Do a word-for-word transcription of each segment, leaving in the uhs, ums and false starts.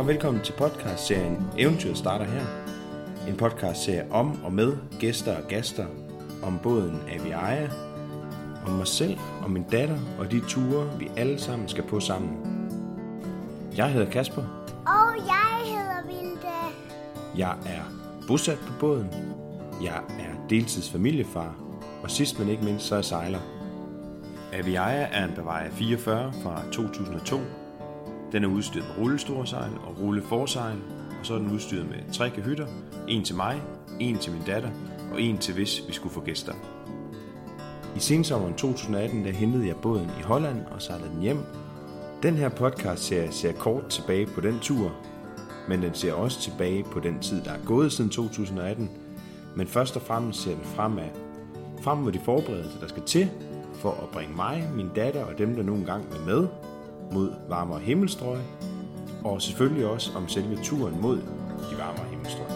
og velkommen til podcastserien Eventyret starter her. En podcastserie om og med gæster og gaster, om båden Aviaja, om mig selv og min datter og de ture, vi alle sammen skal på sammen. Jeg hedder Kasper. Og jeg hedder Vilde. Jeg er bosat på båden. Jeg er deltidsfamiliefar. Og sidst men ikke mindst, så er jeg sejler. Aviaja er en Bavaria fireogfyrre fra to tusind og to. Den er udstyret med rullestorsejl og rulleforsejl, og så er den udstyret med tre kahytter, en til mig, en til min datter og en til hvis vi skulle få gæster. I sensommeren to tusind og atten der hentede jeg båden i Holland og sejlede den hjem. Den her podcastserie ser kort tilbage på den tur, men den ser også tilbage på den tid, der er gået siden to tusind og atten. Men først og fremmest ser den fremad, frem mod de forberedelser, der skal til for at bringe mig, min datter og dem, der nogle gange er med, mod varmere himmelstrøg, og selvfølgelig også om selve turen mod de varmere himmelstrøg.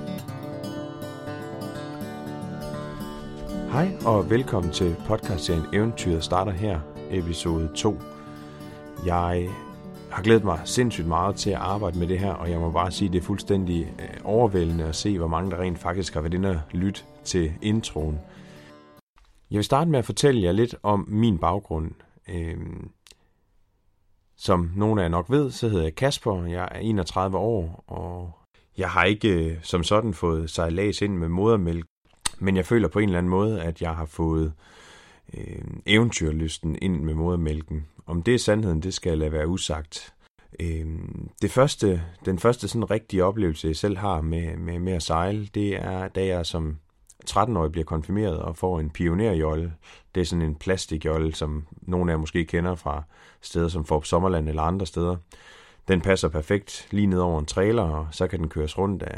Hej og velkommen til podcastserien Eventyret starter her, episode to. Jeg har glædet mig sindssygt meget til at arbejde med det her, og jeg må bare sige, at det er fuldstændig overvældende at se, hvor mange der rent faktisk har været inde og lytte til introen. Jeg vil starte med at fortælle jer lidt om min baggrund. Øhm, Som nogle af jer nok ved, så hedder jeg Kasper, jeg er enogtredive år, og jeg har ikke som sådan fået sejlads ind med modermælk, men jeg føler på en eller anden måde, at jeg har fået øh, eventyrlysten ind med modermælken. Om det er sandheden, det skal jeg lade være usagt. Øh, det første, den første sådan rigtige oplevelse, jeg selv har med, med, med at sejle, det er, da jeg som tretten-årig bliver konfirmeret og får en pionerjolle. Det er sådan en plastikjolle, som nogle af jer måske kender fra steder som Fårup Sommerland eller andre steder. Den passer perfekt lige ned over en trailer, og så kan den køres rundt af,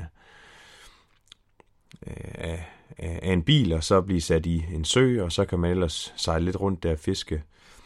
af, af en bil, og så blive sat i en sø, og så kan man ellers sejle lidt rundt der og fiske.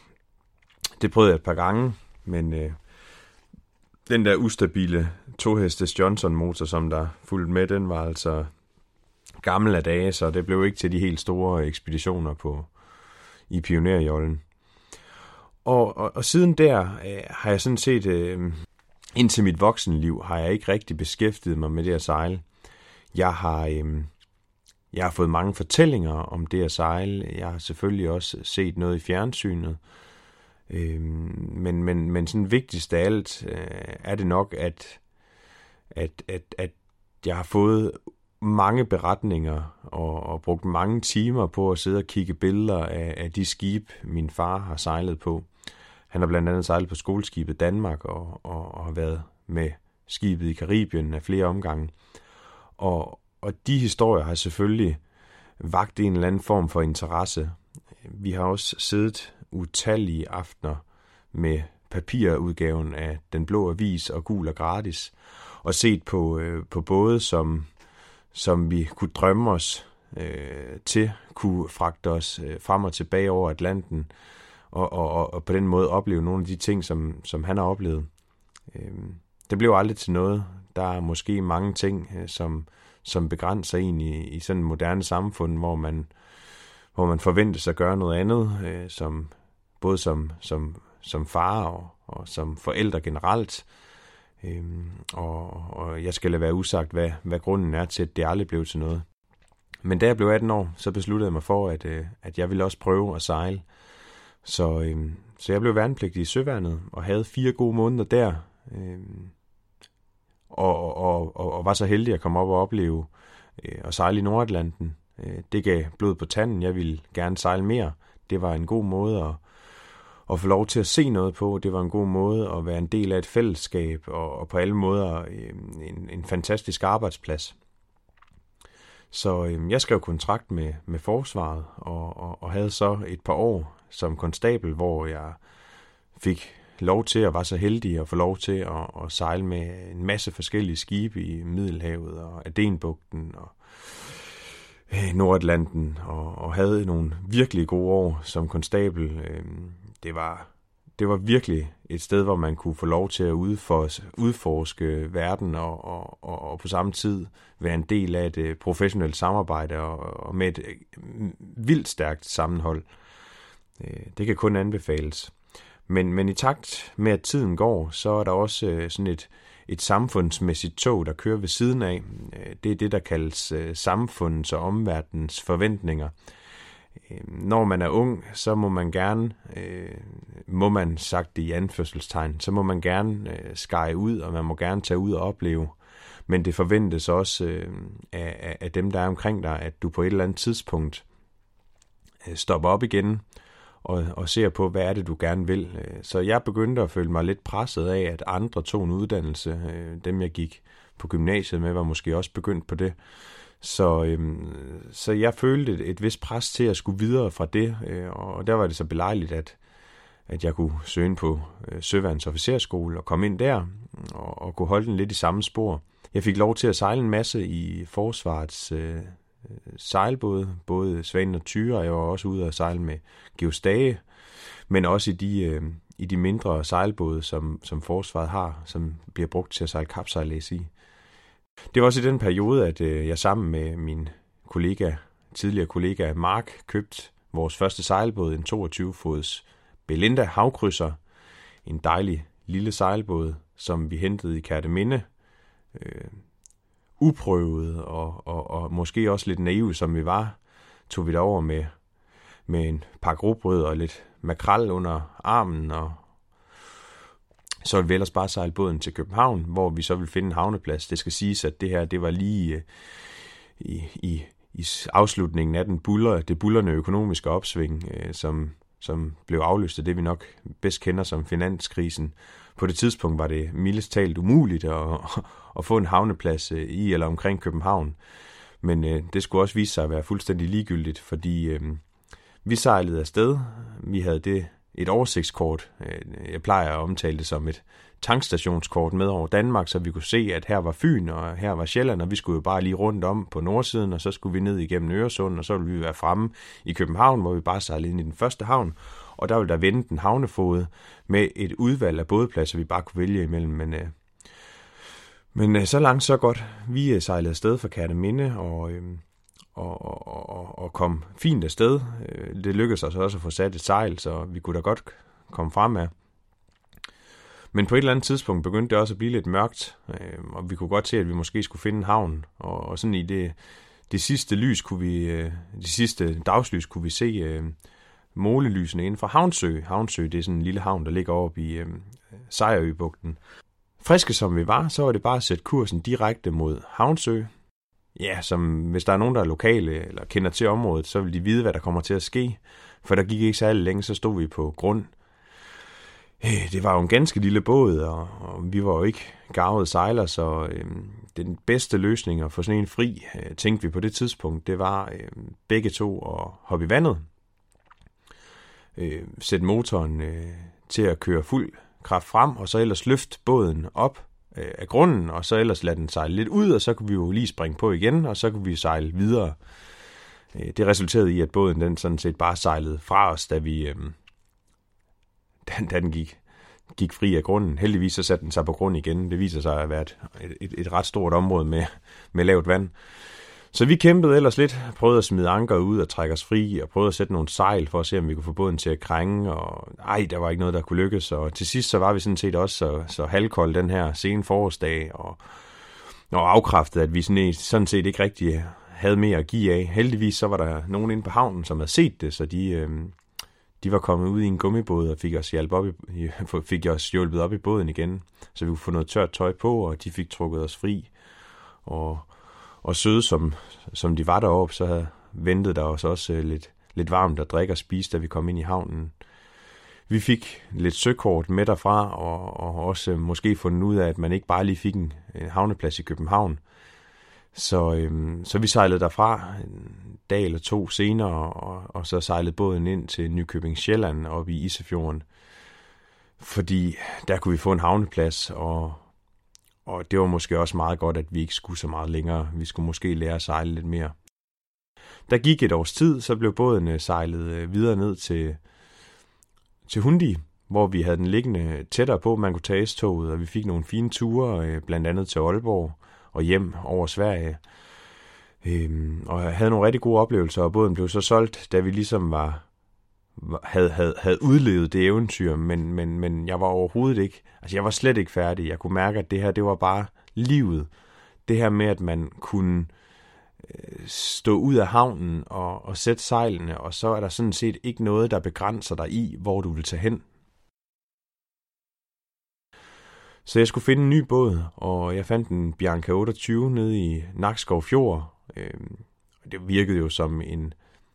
Det prøvede jeg et par gange, men øh, den der ustabile to-hestes Johnson-motor, som der fulgte med, den var altså gammel af dage, så det blev ikke til de helt store ekspeditioner på i pionerjollen. Og, og, og siden der øh, har jeg sådan set, øh, indtil mit voksenliv, har jeg ikke rigtig beskæftiget mig med det at sejle. Jeg har, øh, jeg har fået mange fortællinger om det at sejle. Jeg har selvfølgelig også set noget i fjernsynet. Øh, men, men, men sådan vigtigst af alt øh, er det nok, at, at, at, at jeg har fået mange beretninger og, og brugt mange timer på at sidde og kigge billeder af, af de skibe, min far har sejlet på. Han har blandt andet sejlet på skoleskibet Danmark og, og, og har været med skibet i Karibien af flere omgange. Og, og de historier har selvfølgelig vakt en eller anden form for interesse. Vi har også siddet utallige aftener med papirudgaven af Den Blå Avis og Gul og Gratis og set på, øh, på både som som vi kunne drømme os øh, til, kunne fragte os øh, frem og tilbage over Atlanten, og, og, og på den måde opleve nogle af de ting, som, som han har oplevet. Øh, det blev aldrig til noget. Der er måske mange ting, øh, som, som begrænser en i, i sådan et moderne samfund, hvor man, hvor man forventes at gøre noget andet, øh, som, både som, som, som far og, og som forældre generelt. Øhm, og, og jeg skal lade være usagt, hvad, hvad grunden er til, at det aldrig blev til noget. Men da jeg blev atten år, så besluttede jeg mig for, at, øh, at jeg ville også prøve at sejle. Så, øhm, så jeg blev værnepligtig i Søværnet og havde fire gode måneder der. Øhm, og, og, og, og var så heldig at komme op og opleve øh, at sejle i Nordatlanten. Øh, det gav blod på tanden. Jeg ville gerne sejle mere. Det var en god måde at at få lov til at se noget på. Det var en god måde at være en del af et fællesskab, og, og på alle måder øh, en, en fantastisk arbejdsplads. Så øh, jeg skrev kontrakt med, med Forsvaret, og, og, og havde så et par år som konstabel, hvor jeg fik lov til, og var så heldig at få lov til at, at sejle med en masse forskellige skibe i Middelhavet, og Adenbugten, og øh, Nordatlanten, og, og havde nogle virkelig gode år som konstabel. Øh, Det var, det var virkelig et sted, hvor man kunne få lov til at udforske, udforske verden og, og, og, og på samme tid være en del af et professionelt samarbejde og, og med et vildt stærkt sammenhold. Det kan kun anbefales. Men, men i takt med, at tiden går, så er der også sådan et, et samfundsmæssigt tog, der kører ved siden af. Det er det, der kaldes samfundets og omverdenens forventninger. Når man er ung, så må man gerne, må man sagt det i anførselstegn, så må man gerne skære ud, og man må gerne tage ud og opleve. Men det forventes også af, af dem, der er omkring dig, at du på et eller andet tidspunkt stopper op igen og, og ser på, hvad er det, du gerne vil. Så jeg begyndte at føle mig lidt presset af, at andre tog en uddannelse. Dem, jeg gik på gymnasiet med, var måske også begyndt på det. Så, øhm, så jeg følte et, et vist pres til at skulle videre fra det, øh, og der var det så belejligt, at, at jeg kunne søge ind på øh, Søværnets Officersskole og komme ind der, og, og kunne holde den lidt i samme spor. Jeg fik lov til at sejle en masse i forsvarets øh, sejlbåde, både Svanen og Tyre, og jeg var også ude at sejle med Georg Stage, men også i de, øh, i de mindre sejlbåde, som, som forsvaret har, som bliver brugt til at sejle kapsejlads i. Det var også i den periode, at øh, jeg sammen med min kollega, tidligere kollega Mark, købte vores første sejlbåd, en toogtyve fods Belinda havkrydser, en dejlig lille sejlbåd, som vi hentede i Kerteminde. Øh, uprøvet og, og, og måske også lidt naive, som vi var, tog vi derover med, med en pakke rugbrød og lidt makrel under armen, og så ville vi ellers bare sejle båden til København, hvor vi så ville finde en havneplads. Det skal siges, at det her, det var lige i, i, i afslutningen af den buller, det bullerne økonomiske opsving, øh, som, som blev afløst af det, vi nok bedst kender som finanskrisen. På det tidspunkt var det mildest talt umuligt at, at få en havneplads i eller omkring København. Men øh, det skulle også vise sig at være fuldstændig ligegyldigt, fordi øh, vi sejlede afsted. Vi havde det et oversigtskort. Jeg plejer at omtale det som et tankstationskort med over Danmark, så vi kunne se, at her var Fyn, og her var Sjælland, og vi skulle jo bare lige rundt om på nordsiden, og så skulle vi ned igennem Øresund, og så ville vi være fremme i København, hvor vi bare sejlede ind i den første havn, og der ville der vente en havnefod med et udvalg af bådpladser, vi bare kunne vælge imellem. Men, øh, men øh, så langt, så godt. Vi øh, sejlede afsted fra Kerteminde, og... Øh, Og, og, og kom fint afsted. Det lykkedes os også at få sat et sejl, så vi kunne da godt komme frem af. Men på et eller andet tidspunkt begyndte det også at blive lidt mørkt, og vi kunne godt se, at vi måske skulle finde en havn. Og, og sådan i det, det sidste lys kunne vi, det sidste dagslys kunne vi se uh, målelysene inden for Havnsø. Havnsø, det er sådan en lille havn, der ligger oppe i uh, Sejerøbugten. Friske som vi var, så var det bare at sætte kursen direkte mod Havnsø. Ja, som hvis der er nogen, der er lokale eller kender til området, så vil de vide, hvad der kommer til at ske. For der gik ikke særlig længe, så stod vi på grund. Det var jo en ganske lille båd, og, og vi var jo ikke garvede sejlere, så øh, den bedste løsning at få sådan en fri, øh, tænkte vi på det tidspunkt, det var øh, begge to at hoppe i vandet. Øh, sætte motoren øh, til at køre fuld kraft frem, og så ellers løfte båden op af grunden, og så ellers lade den sejle lidt ud, og så kunne vi jo lige springe på igen, og så kunne vi sejle videre. Det resulterede i, at båden den sådan set bare sejlede fra os, da vi øhm, da, da den gik, gik fri af grunden. Heldigvis så satte den sig på grund igen. Det viser sig at være et, et, et ret stort område med, med lavt vand. Så vi kæmpede ellers lidt, prøvede at smide anker ud og trække os fri, og prøvede at sætte nogle sejl for at se, om vi kunne få båden til at krænge, og ej, der var ikke noget, der kunne lykkes, og til sidst så var vi sådan set også så, så halvkold den her sene forårsdag, og, og afkræftet, at vi sådan, sådan set ikke rigtig havde mere at give af. Heldigvis så var der nogen inde på havnen, som havde set det, så de, øh, de var kommet ud i en gummibåd og fik os, op i, fik os hjulpet op i båden igen, så vi kunne få noget tørt tøj på, og de fik trukket os fri, og Og søde som, som de var deroppe, så ventede der os også lidt, lidt varmt at drikke og spise, da vi kom ind i havnen. Vi fik lidt søkort med derfra, og, og også måske fundet ud af, at man ikke bare lige fik en, en havneplads i København. Så, øhm, så vi sejlede derfra en dag eller to senere, og, og så sejlede båden ind til Nykøbing Sjælland oppe i Isefjorden. Fordi der kunne vi få en havneplads, og Og det var måske også meget godt, at vi ikke skulle så meget længere. Vi skulle måske lære at sejle lidt mere. Der gik et års tid, så blev båden sejlet videre ned til, til Hundi, hvor vi havde den liggende tættere på. Man kunne tage S-toget, og vi fik nogle fine ture, blandt andet til Aalborg og hjem over Sverige. Og jeg havde nogle rigtig gode oplevelser, og båden blev så solgt, da vi ligesom var, havde, havde, havde udlevet det eventyr, men, men, men jeg var overhovedet ikke, altså jeg var slet ikke færdig. Jeg kunne mærke, at det her, det var bare livet. Det her med, at man kunne stå ud af havnen og, og sætte sejlene, og så er der sådan set ikke noget, der begrænser dig i, hvor du vil tage hen. Så jeg skulle finde en ny båd, og jeg fandt en Bianca otteogtyve nede i Nakskov Fjord. Det virkede jo som en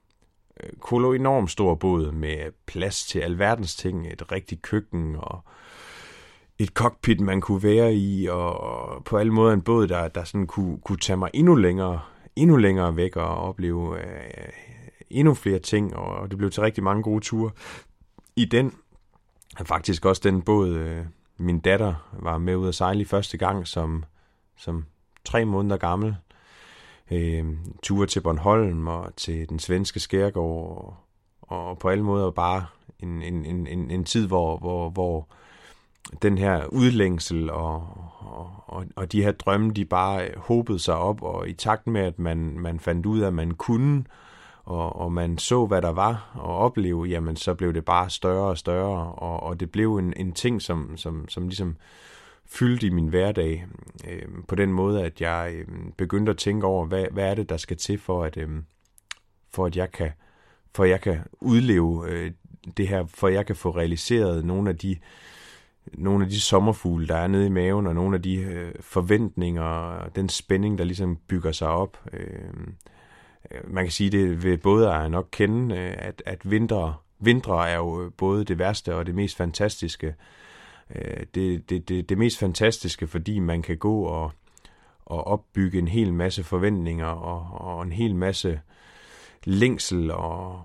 kolo enormt stor båd med plads til alverdens ting, et rigtigt køkken og et cockpit, man kunne være i, og på alle måder en båd, der, der sådan kunne, kunne tage mig endnu længere, endnu længere væk og opleve øh, endnu flere ting, og det blev til rigtig mange gode ture i den. Faktisk også den båd, øh, min datter var med ud at sejle i første gang som, som tre måneder gammel. Øh, ture til Bornholm og til den svenske skærgård, og, og på alle måder bare en, en, en, en tid, hvor, hvor, hvor den her udlængsel og, og, og de her drømme, de bare hobede sig op, og i takt med, at man, man fandt ud af, at man kunne, og, og man så, hvad der var at opleve, jamen så blev det bare større og større, og, og det blev en, en ting, som, som, som ligesom fyldte i min hverdag, øh, på den måde, at jeg øh, begyndte at tænke over, hvad, hvad er det, der skal til, for at, øh, for at jeg kan, for at jeg kan udleve øh, det her, for at jeg kan få realiseret nogle af de nogle af de sommerfugle, der er nede i maven, og nogle af de øh, forventninger, og den spænding, der ligesom bygger sig op. Øh, man kan sige, det vil både jeg nok kende, øh, at, at vintre, vintre er jo både det værste og det mest fantastiske. Øh, det, det, det, det mest fantastiske, fordi man kan gå og, og opbygge en hel masse forventninger, og, og en hel masse længsel, og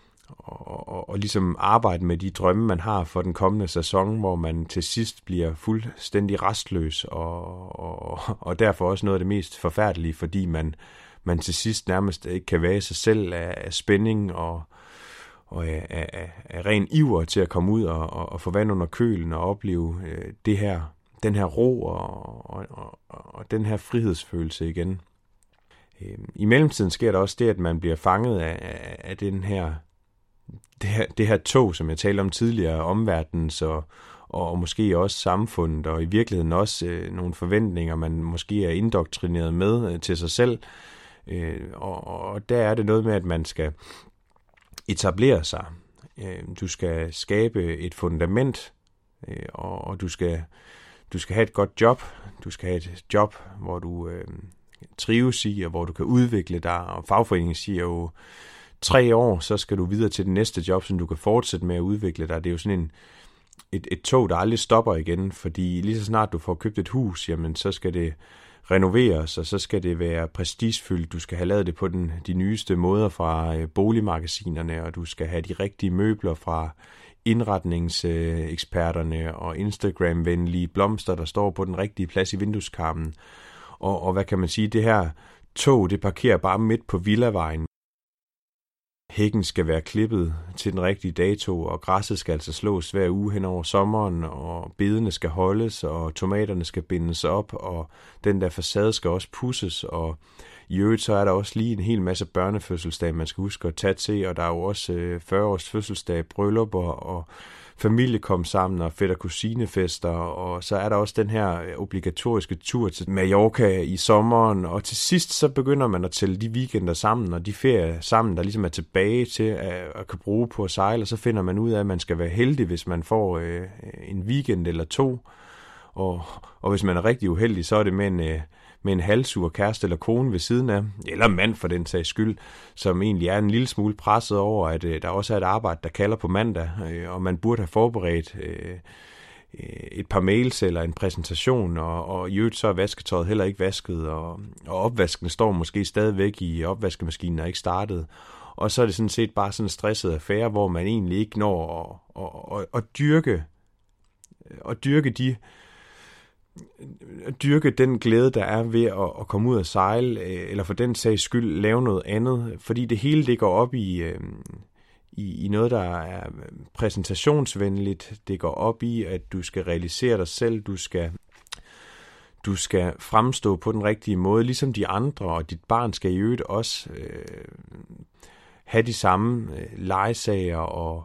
Og, og, og ligesom arbejde med de drømme, man har for den kommende sæson, hvor man til sidst bliver fuldstændig rastløs, og, og, og derfor også noget af det mest forfærdelige, fordi man, man til sidst nærmest ikke kan være sig selv af, af spænding og, og af, af, af ren iver til at komme ud og, og, og få vand under kølen og opleve øh, det her, den her ro og, og, og, og den her frihedsfølelse igen. Øh, I mellemtiden sker der også det, at man bliver fanget af, af, af den her Det her, det her tog, som jeg talte om tidligere, omverdens og, og, og måske også samfundet, og i virkeligheden også øh, nogle forventninger, man måske er indoktrineret med øh, til sig selv. Øh, og, og der er det noget med, at man skal etablere sig. Øh, du skal skabe et fundament, øh, og, og du skal, du skal have et godt job. Du skal have et job, hvor du øh, trives i, og hvor du kan udvikle dig. Og fagforeningen siger jo, tre år, så skal du videre til det næste job, som du kan fortsætte med at udvikle dig. Det er jo sådan en, et, et tog, der aldrig stopper igen, fordi lige så snart du får købt et hus, jamen så skal det renoveres, og så skal det være prestigefyldt. Du skal have lavet det på den, de nyeste måder fra øh, boligmagasinerne, og du skal have de rigtige møbler fra indretningseksperterne øh, og Instagram-venlige blomster, der står på den rigtige plads i vindueskarmen. Og, og hvad kan man sige, det her tog, det parkerer bare midt på Villavejen. Hækken skal være klippet til den rigtige dato, og græsset skal altså slås hver uge hen over sommeren, og bedene skal holdes, og tomaterne skal bindes op, og den der facade skal også pudses, og i øvrigt så er der også lige en hel masse børnefødselsdage, man skal huske at tage til, og der er jo også fyrre års fødselsdag, bryllupper, og familie kom sammen, og fætter kusinefester, og så er der også den her obligatoriske tur til Mallorca i sommeren, og til sidst så begynder man at tælle de weekender sammen, og de ferier sammen, der ligesom er tilbage til at, at kan bruge på at sejle, og så finder man ud af, at man skal være heldig, hvis man får øh, en weekend eller to, og, og hvis man er rigtig uheldig, så er det med en, øh, med en halvsur kæreste eller kone ved siden af, eller mand for den sags skyld, som egentlig er en lille smule presset over, at øh, der også er et arbejde, der kalder på mandag, øh, og man burde have forberedt øh, et par mails eller en præsentation, og, og i øvrigt så er vasketøjet heller ikke vasket, og, og opvasken står måske stadigvæk i opvaskemaskinen og ikke startet. Og så er det sådan set bare sådan en stresset affære, hvor man egentlig ikke når at, at, at, at dyrke, at dyrke de dyrke den glæde, der er ved at, at komme ud og sejle, eller for den sags skyld lave noget andet, fordi det hele det går op i, i, i noget, der er præsentationsvenligt. Det går op i, at du skal realisere dig selv, du skal, du skal fremstå på den rigtige måde, ligesom de andre, og dit barn skal i øvrigt også øh, have de samme øh, legesager og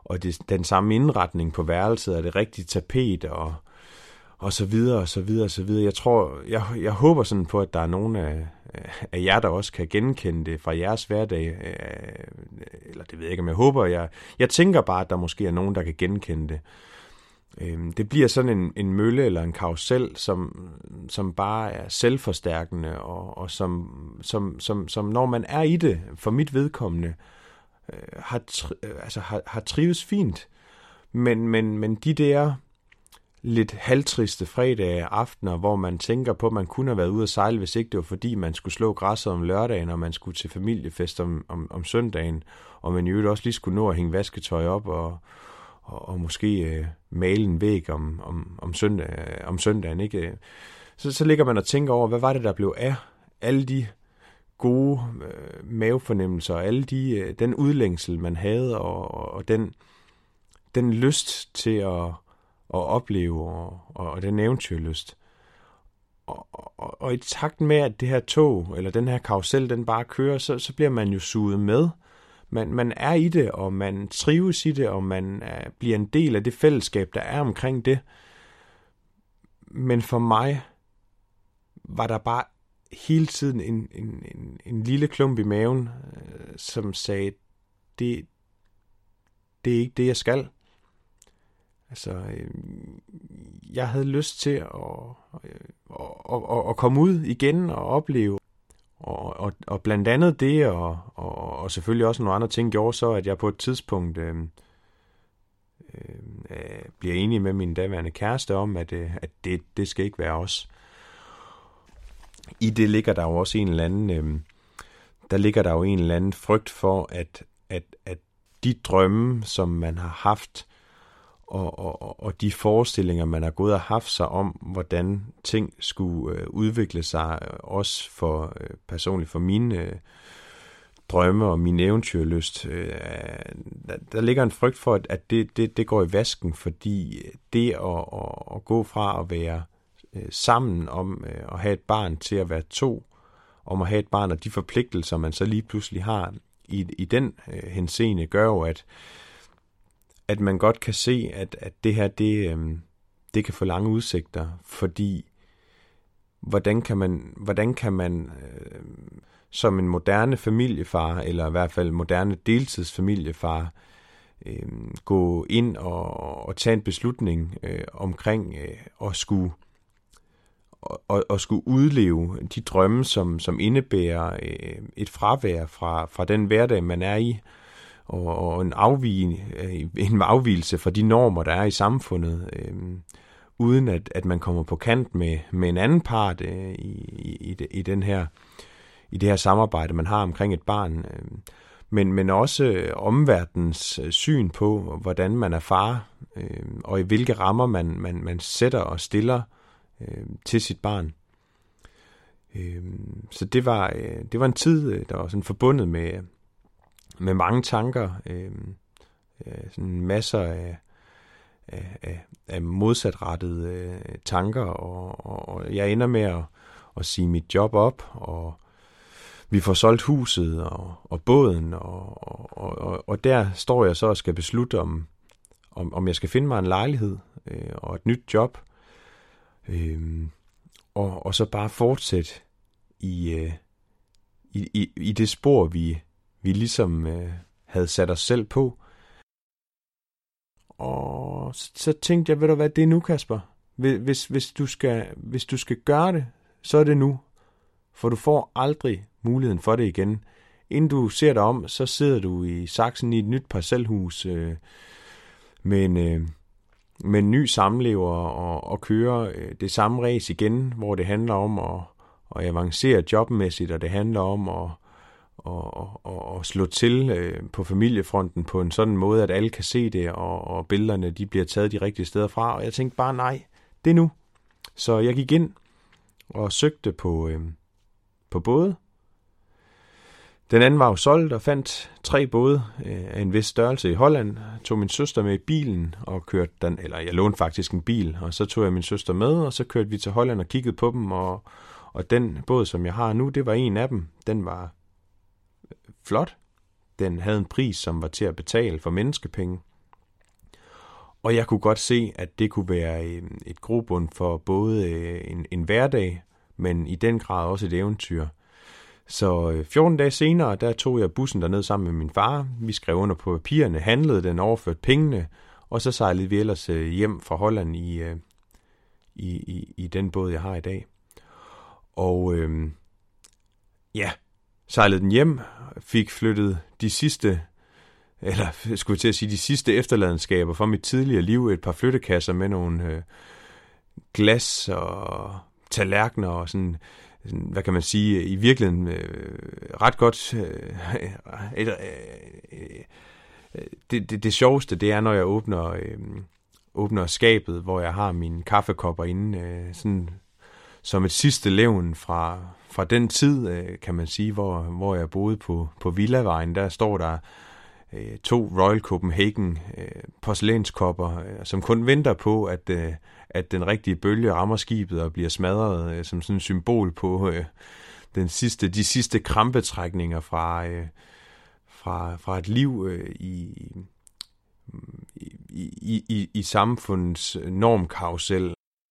og det, den samme indretning på værelset, og det rigtige tapet, og, og så videre, og så videre, og så videre. Jeg tror, jeg, jeg håber sådan på, at der er nogen af, af jer, der også kan genkende det fra jeres hverdag, eller det ved jeg ikke, om jeg håber. Jeg, jeg tænker bare, at der måske er nogen, der kan genkende det. Det bliver sådan en, en mølle eller en karusel, som, som bare er selvforstærkende, og, og som, som, som, som når man er i det, for mit vedkommende, har, altså har, har trives fint. Men, men, men de der lidt halvtriste fredage aftener, hvor man tænker på, at man kunne have været ude at sejle, hvis ikke det var fordi, man skulle slå græsset om lørdagen, og man skulle til familiefest om, om, om søndagen, og man i øvrigt også lige skulle nå at hænge vasketøj op, og og, og måske øh, male en væg om, om, om, søndag, om søndagen. Ikke? Så, så ligger man og tænker over, hvad var det, der blev af alle de gode øh, mavefornemmelser, og alle de, øh, den udlængsel, man havde, og, og, og den, den lyst til at, at opleve, og, og, og den eventyrlyst. Og, og, og i takt med, at det her tog, eller den her karusel, den bare kører, så, så bliver man jo suget med. Man, man er i det, og man trives i det, og man er, bliver en del af det fællesskab, der er omkring det. Men for mig var der bare hele tiden en, en, en, en lille klump i maven, øh, som sagde, det, det er ikke det, jeg skal. Altså, øh, jeg havde lyst til at, øh, at, at, at komme ud igen og opleve. Og, og, og blandt andet det, og, og, og selvfølgelig også nogle andre ting, gjorde så, at jeg på et tidspunkt øh, øh, bliver enig med min daværende kæreste om, at, øh, at det, det skal ikke være os. I det ligger der jo også en eller anden, øh, der ligger der jo en eller anden frygt for, at, at, at de drømme, som man har haft, og, og, og de forestillinger, man har gået og haft sig om, hvordan ting skulle øh, udvikle sig, øh, også for øh, personligt for mine øh, drømme og min eventyrlyst. Øh, der, der ligger en frygt for, at, at det, det, det går i vasken, fordi det at, at, at gå fra at være øh, sammen om øh, at have et barn til at være to, om at have et barn, og de forpligtelser, man så lige pludselig har i, i den øh, henseende, gør jo, at at man godt kan se, at, at det her, det, øhm, det kan få lange udsigter, fordi hvordan kan man, hvordan kan man øh, som en moderne familiefar, eller i hvert fald moderne deltidsfamiliefar, øh, gå ind og, og tage en beslutning øh, omkring øh, at skulle og, og skulle udleve de drømme, som, som indebærer øh, et fravær fra, fra den hverdag, man er i, og en, afvige, en afvigelse fra de normer, der er i samfundet, øh, uden at, at man kommer på kant med, med en anden part øh, i, i, i, den her, i det her samarbejde, man har omkring et barn. Øh, men, men også omverdenens syn på, hvordan man er far, øh, og i hvilke rammer man, man, man sætter og stiller øh, til sit barn. Øh, så det var, øh, det var en tid, der var sådan forbundet med med mange tanker, øh, øh, sådan masser af, af, af, af modsatrettede øh, tanker, og, og, og jeg ender med at, at sige mit job op, og vi får solgt huset og, og båden, og, og, og, og der står jeg så og skal beslutte, om, om, om jeg skal finde mig en lejlighed øh, og et nyt job, øh, og, og så bare fortsætte i, øh, i, i, i det spor, vi vi ligesom øh, havde sat os selv på. Og så, så tænkte jeg, ved du hvad, det er nu, Kasper. Hvis, hvis, du skal, hvis du skal gøre det, så er det nu. For du får aldrig muligheden for det igen. Inden du ser dig om, så sidder du i saksen i et nyt parcelhus øh, med, en, øh, med en ny samlever og, og kører øh, det samme race igen, hvor det handler om at, at avancere jobmæssigt, og det handler om at Og, og, og slå til øh, på familiefronten på en sådan måde, at alle kan se det, og, og billederne de bliver taget de rigtige steder fra. Og jeg tænkte bare, nej, det er nu. Så jeg gik ind og søgte på, øh, på både. Den anden var jo solgt og fandt tre både øh, af en vis størrelse i Holland. Tog min søster med i bilen og kørte den, eller jeg lånte faktisk en bil, og så tog jeg min søster med, og så kørte vi til Holland og kiggede på dem, og, og den båd, som jeg har nu, det var en af dem. Den var flot. Den havde en pris, som var til at betale for menneskepenge. Og jeg kunne godt se, at det kunne være en, et grobund for både en, en hverdag, men i den grad også et eventyr. Så fjorten dage senere, der tog jeg bussen derned sammen med min far. Vi skrev under på papirerne, handlede den, overførte pengene, og så sejlede vi ellers hjem fra Holland i, i, i, i den båd, jeg har i dag. Og øh, ja, sejlede den hjem, fik flyttet de sidste, eller skulle jeg til at sige, de sidste efterladenskaber fra mit tidligere liv, et par flyttekasser med nogle øh, glas og tallerkener og sådan, sådan, hvad kan man sige, i virkeligheden øh, ret godt. Øh, et, øh, det, det, det sjoveste, det er, når jeg åbner, øh, åbner skabet, hvor jeg har mine kaffekopper inde, øh, sådan som et sidste levn fra, fra den tid, øh, kan man sige, hvor, hvor jeg boede på, på Villavejen. Der står der øh, to Royal Copenhagen øh, porcelænskopper, øh, som kun venter på, at, øh, at den rigtige bølge rammer skibet og bliver smadret øh, som sådan et symbol på øh, den sidste, de sidste krampetrækninger fra, øh, fra, fra et liv øh, i, i, i, i, i samfundets normkarusel.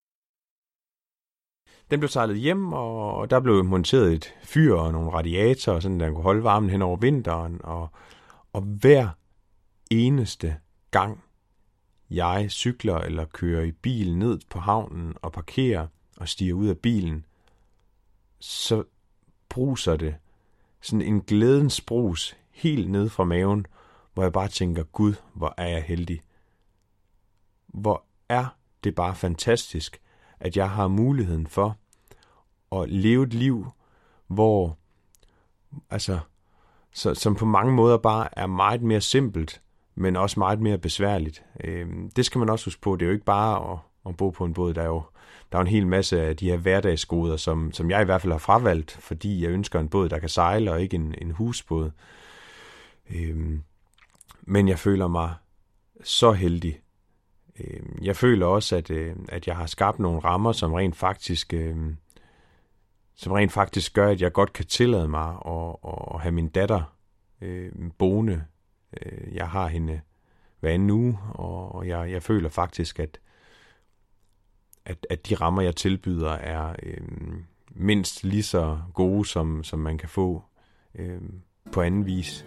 Den blev sejlet hjem, og der blev monteret et fyr og nogle radiatorer, sådan der kunne holde varmen hen over vinteren. Og, og hver eneste gang, jeg cykler eller kører i bil ned på havnen og parkerer og stiger ud af bilen, så bruser det sådan en glædens brus helt ned fra maven, hvor jeg bare tænker, Gud, hvor er jeg heldig. Hvor er det bare fantastisk, at jeg har muligheden for at leve et liv, hvor, altså, så, som på mange måder bare er meget mere simpelt, men også meget mere besværligt. Øhm, det skal man også huske på. Det er jo ikke bare at, at bo på en båd. Der er jo der er en hel masse af de her hverdagsgoder, som, som jeg i hvert fald har fravalgt, fordi jeg ønsker en båd, der kan sejle, og ikke en, en husbåd. Øhm, men jeg føler mig så heldig. Jeg føler også, at, at jeg har skabt nogle rammer, som rent faktisk, som rent faktisk gør, at jeg godt kan tillade mig at, at have min datter øh, boende. Jeg har hende hver anden uge, og jeg, jeg føler faktisk, at, at, at de rammer, jeg tilbyder, er øh, mindst lige så gode, som, som man kan få øh, på anden vis.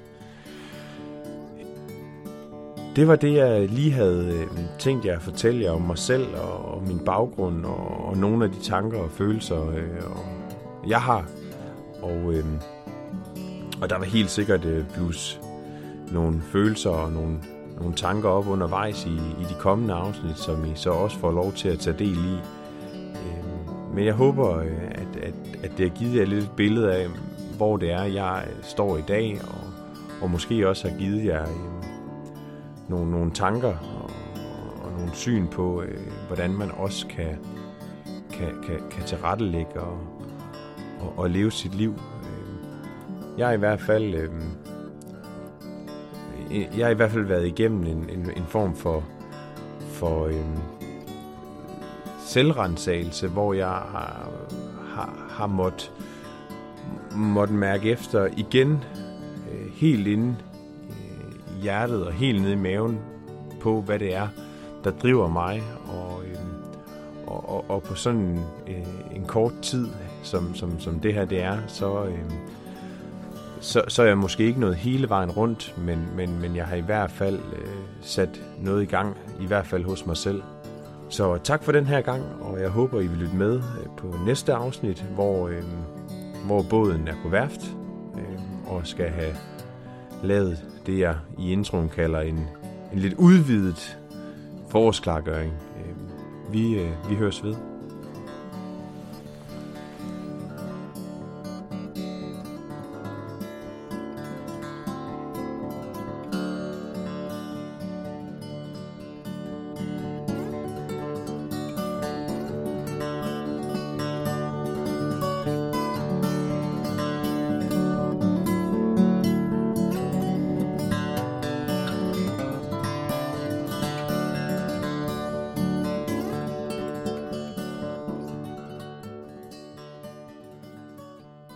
Det var det, jeg lige havde tænkt jer at fortælle jer om mig selv og, og min baggrund og, og nogle af de tanker og følelser, øh, og jeg har. Og, øh, og der var helt sikkert øh, plus nogle følelser og nogle, nogle tanker op undervejs i, i de kommende afsnit, som I så også får lov til at tage del i. Øh, men jeg håber, øh, at, at, at det har givet jer lidt et billede af, hvor det er, jeg står i dag, og, og måske også har givet jer Øh, Nogle, nogle tanker og, og nogle syn på, øh, hvordan man også kan, kan, kan, kan tilrettelægge og, og, og leve sit liv. Jeg har i hvert fald, øh, jeg har i hvert fald været igennem en, en, en form for, for øh, selvrensagelse, hvor jeg har, har, har måttet måtte mærke efter igen, øh, helt inde i hjertet og helt nede i maven på, hvad det er, der driver mig, og, øh, og, og, og på sådan en, øh, en kort tid, som, som, som det her det er, så, øh, så, så er jeg måske ikke nået hele vejen rundt, men, men, men jeg har i hvert fald øh, sat noget i gang, i hvert fald hos mig selv. Så tak for den her gang, og jeg håber, I vil lytte med på næste afsnit, hvor, øh, hvor båden er på værft, øh, og skal have lavet det, jeg i introen kalder en, en lidt udvidet forårsklargøring. Vi, vi høres ved.